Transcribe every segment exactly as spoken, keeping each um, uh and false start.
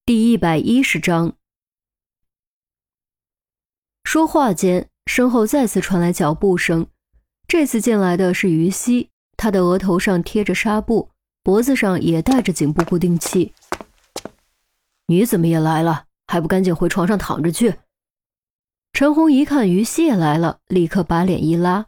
第一百一十章。说话间，身后再次传来脚步声，这次进来的是于西，他的额头上贴着纱布，脖子上也戴着颈部固定器。你怎么也来了，还不赶紧回床上躺着去？陈红一看于西也来了，立刻把脸一拉。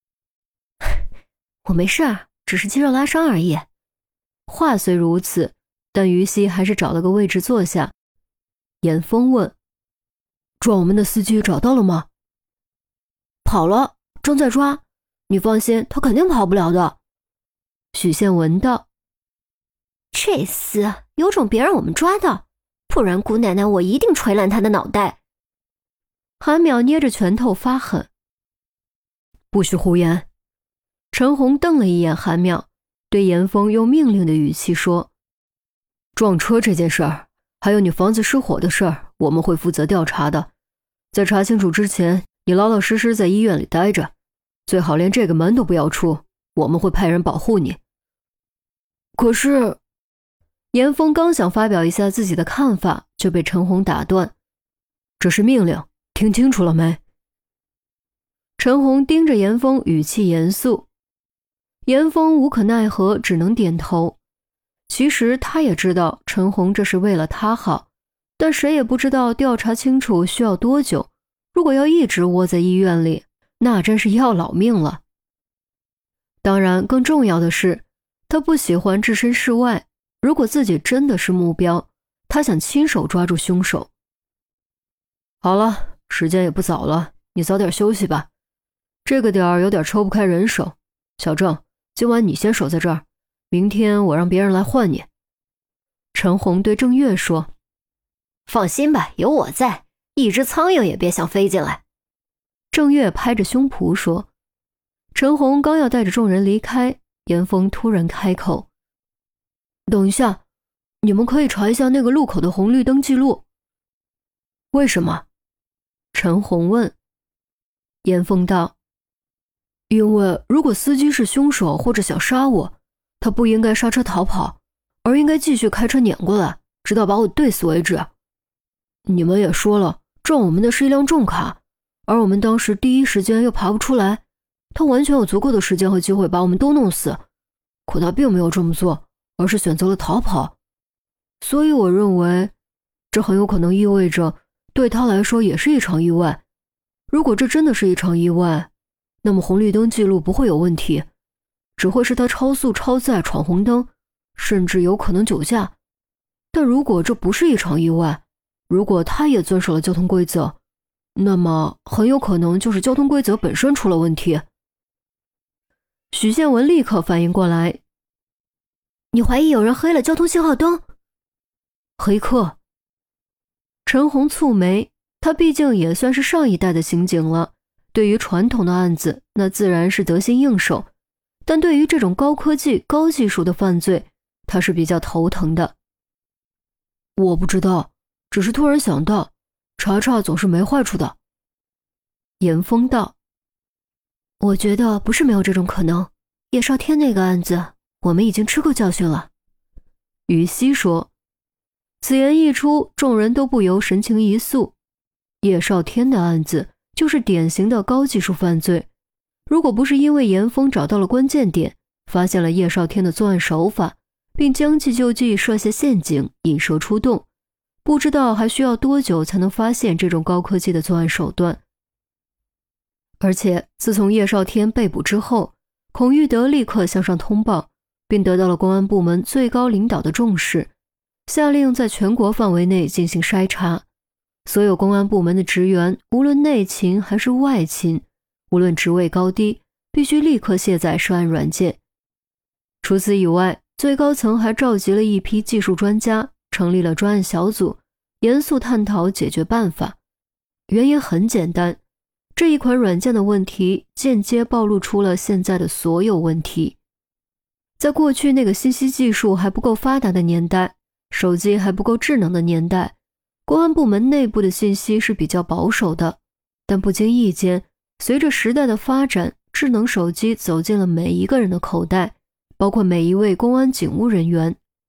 我没事，只是肌肉拉伤而已。话虽如此，但于西还是找了个位置坐下。严峰问：撞我们的司机找到了吗？跑了，正在抓。你放心，他肯定跑不了的。许宪文道： 这厮有种别让我们抓到，不然姑奶奶我一定捶烂他的脑袋。 韩淼捏着拳头发狠。不许胡言。陈红瞪了一眼韩淼，对严峰用命令的语气说：撞车这件事儿，还有你房子失火的事儿，我们会负责调查的。在查清楚之前，你老老实实在医院里待着，最好连这个门都不要出，我们会派人保护你。可是，严峰刚想发表一下自己的看法，就被陈红打断。这是命令，听清楚了没？陈红盯着严峰，语气严肃。严峰无可奈何，只能点头。其实他也知道陈红这是为了他好，但谁也不知道调查清楚需要多久，如果要一直窝在医院里，那真是要老命了。当然更重要的是，他不喜欢置身事外，如果自己真的是目标，他想亲手抓住凶手。好了，时间也不早了，你早点休息吧。这个点儿有点抽不开人手。小郑，今晚你先守在这儿，明天我让别人来换你。陈红对郑月说： 放心吧，有我在，一只苍蝇也别想飞进来。 郑月拍着胸脯说。陈红刚要带着众人离开，严峰突然开口：等一下，你们可以查一下那个路口的红绿灯记录。为什么？陈红问。严峰道：因为如果司机是凶手或者想杀我，他不应该刹车逃跑，而应该继续开车碾过来，直到把我对死为止。你们也说了，撞我们的是一辆重卡，而我们当时第一时间又爬不出来，他完全有足够的时间和机会把我们都弄死，可他并没有这么做，而是选择了逃跑。所以我认为，这很有可能意味着对他来说也是一场意外。如果这真的是一场意外，那么红绿灯记录不会有问题，只会是他超速超载闯红灯，甚至有可能酒驾。但如果这不是一场意外，如果他也遵守了交通规则，那么很有可能就是交通规则本身出了问题。许宪文立刻反应过来： 你怀疑有人黑了交通信号灯？ 黑客？陈红蹙眉，他毕竟也算是上一代的刑警了，对于传统的案子，那自然是得心应手，但对于这种高科技、高技术的犯罪，他是比较头疼的。我不知道，只是突然想到，查查总是没坏处的。严峰道：我觉得不是没有这种可能，叶少天那个案子，我们已经吃过教训了。于西说。此言一出，众人都不由神情一肃。叶少天的案子就是典型的高技术犯罪，如果不是因为严峰找到了关键点，发现了叶少天的作案手法，并将计就计设下陷阱，引蛇出洞，不知道还需要多久才能发现这种高科技的作案手段。而且自从叶少天被捕之后，孔玉德立刻向上通报，并得到了公安部门最高领导的重视，下令在全国范围内进行筛查。所有公安部门的职员，无论内勤还是外勤，无论职位高低，必须立刻卸载涉案软件。除此以外，最高层还召集了一批技术专家，成立了专案小组，严肃探讨解决办法。原因很简单，这一款软件的问题间接暴露出了现在的所有问题。在过去那个信息技术还不够发达的年代，手机还不够智能的年代，公安部门内部的信息是比较保守的，但不经意间，随着时代的发展，智能手机走进了每一个人的口袋，包括每一位公安警务人员。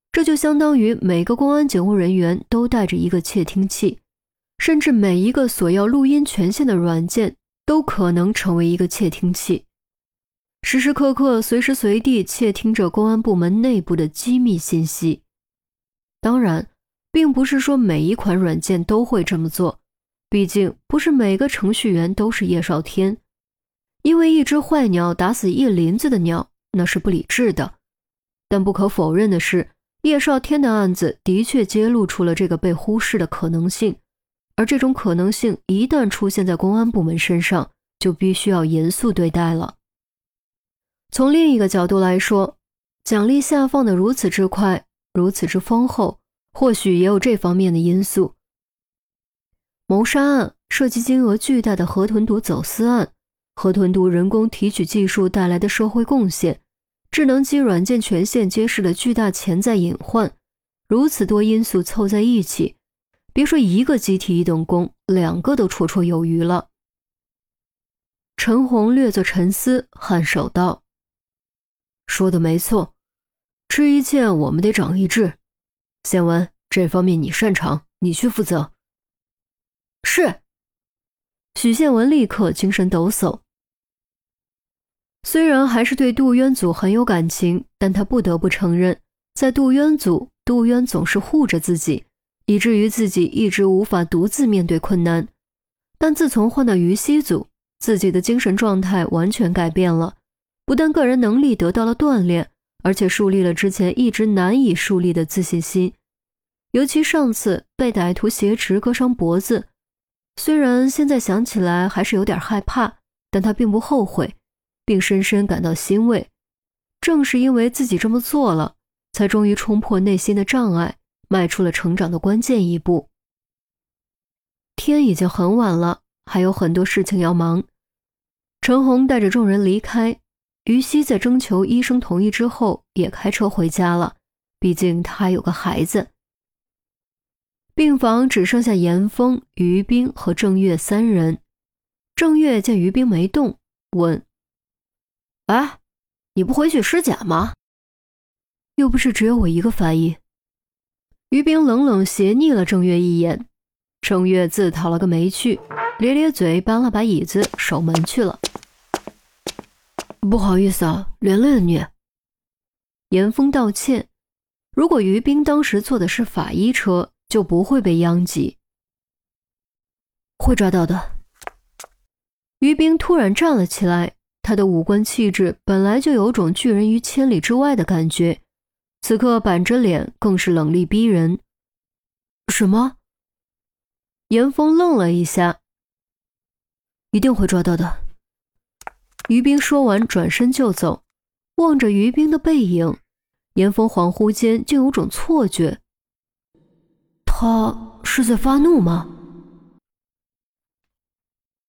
这就相当于每个公安警务人员都带着一个窃听器，甚至每一个索要录音权限的软件都可能成为一个窃听器，时时刻刻随时随地窃听着公安部门内部的机密信息。当然，并不是说每一款软件都会这么做，毕竟不是每个程序员都是叶少天，因为一只坏鸟打死一林子的鸟，那是不理智的。但不可否认的是，叶少天的案子的确揭露出了这个被忽视的可能性，而这种可能性一旦出现在公安部门身上，就必须要严肃对待了。从另一个角度来说，奖励下放的如此之快，如此之丰厚，或许也有这方面的因素。谋杀案涉及金额巨大的河豚毒走私案，河豚毒人工提取技术带来的社会贡献，智能机软件权限揭示的巨大潜在隐患，如此多因素凑在一起，别说一个集体一等功，两个都绰绰有余了。陈红略作沉思，颔首道：说的没错，吃一堑我们得长一智。宪文，这方面你擅长，你去负责。是。许宪文立刻精神抖擞。虽然还是对杜渊祖很有感情，但他不得不承认，在杜渊祖，杜渊总是护着自己，以至于自己一直无法独自面对困难。但自从换到于西组，自己的精神状态完全改变了，不但个人能力得到了锻炼，而且树立了之前一直难以树立的自信心。尤其上次被歹徒挟持割伤脖子，虽然现在想起来还是有点害怕，但他并不后悔，并深深感到欣慰。正是因为自己这么做了，才终于冲破内心的障碍，迈出了成长的关键一步。天已经很晚了，还有很多事情要忙。陈红带着众人离开，于西在征求医生同意之后也开车回家了，毕竟他还有个孩子。病房只剩下严峰、于冰和郑月三人。郑月见于冰没动，问：哎，你不回去尸检吗？又不是只有我一个法医。于冰冷冷斜睨了郑月一眼，郑月自讨了个没趣，咧咧嘴搬了把椅子守门去了。不好意思啊，连累了你。严峰道歉，如果于冰当时坐的是法医车，就不会被殃及。会抓到的。于冰突然站了起来，他的五官气质本来就有种拒人于千里之外的感觉，此刻板着脸更是冷厉逼人。什么？严峰愣了一下。一定会抓到的。于冰说完转身就走，望着于冰的背影，严峰恍惚间竟有种错觉，他是在发怒吗？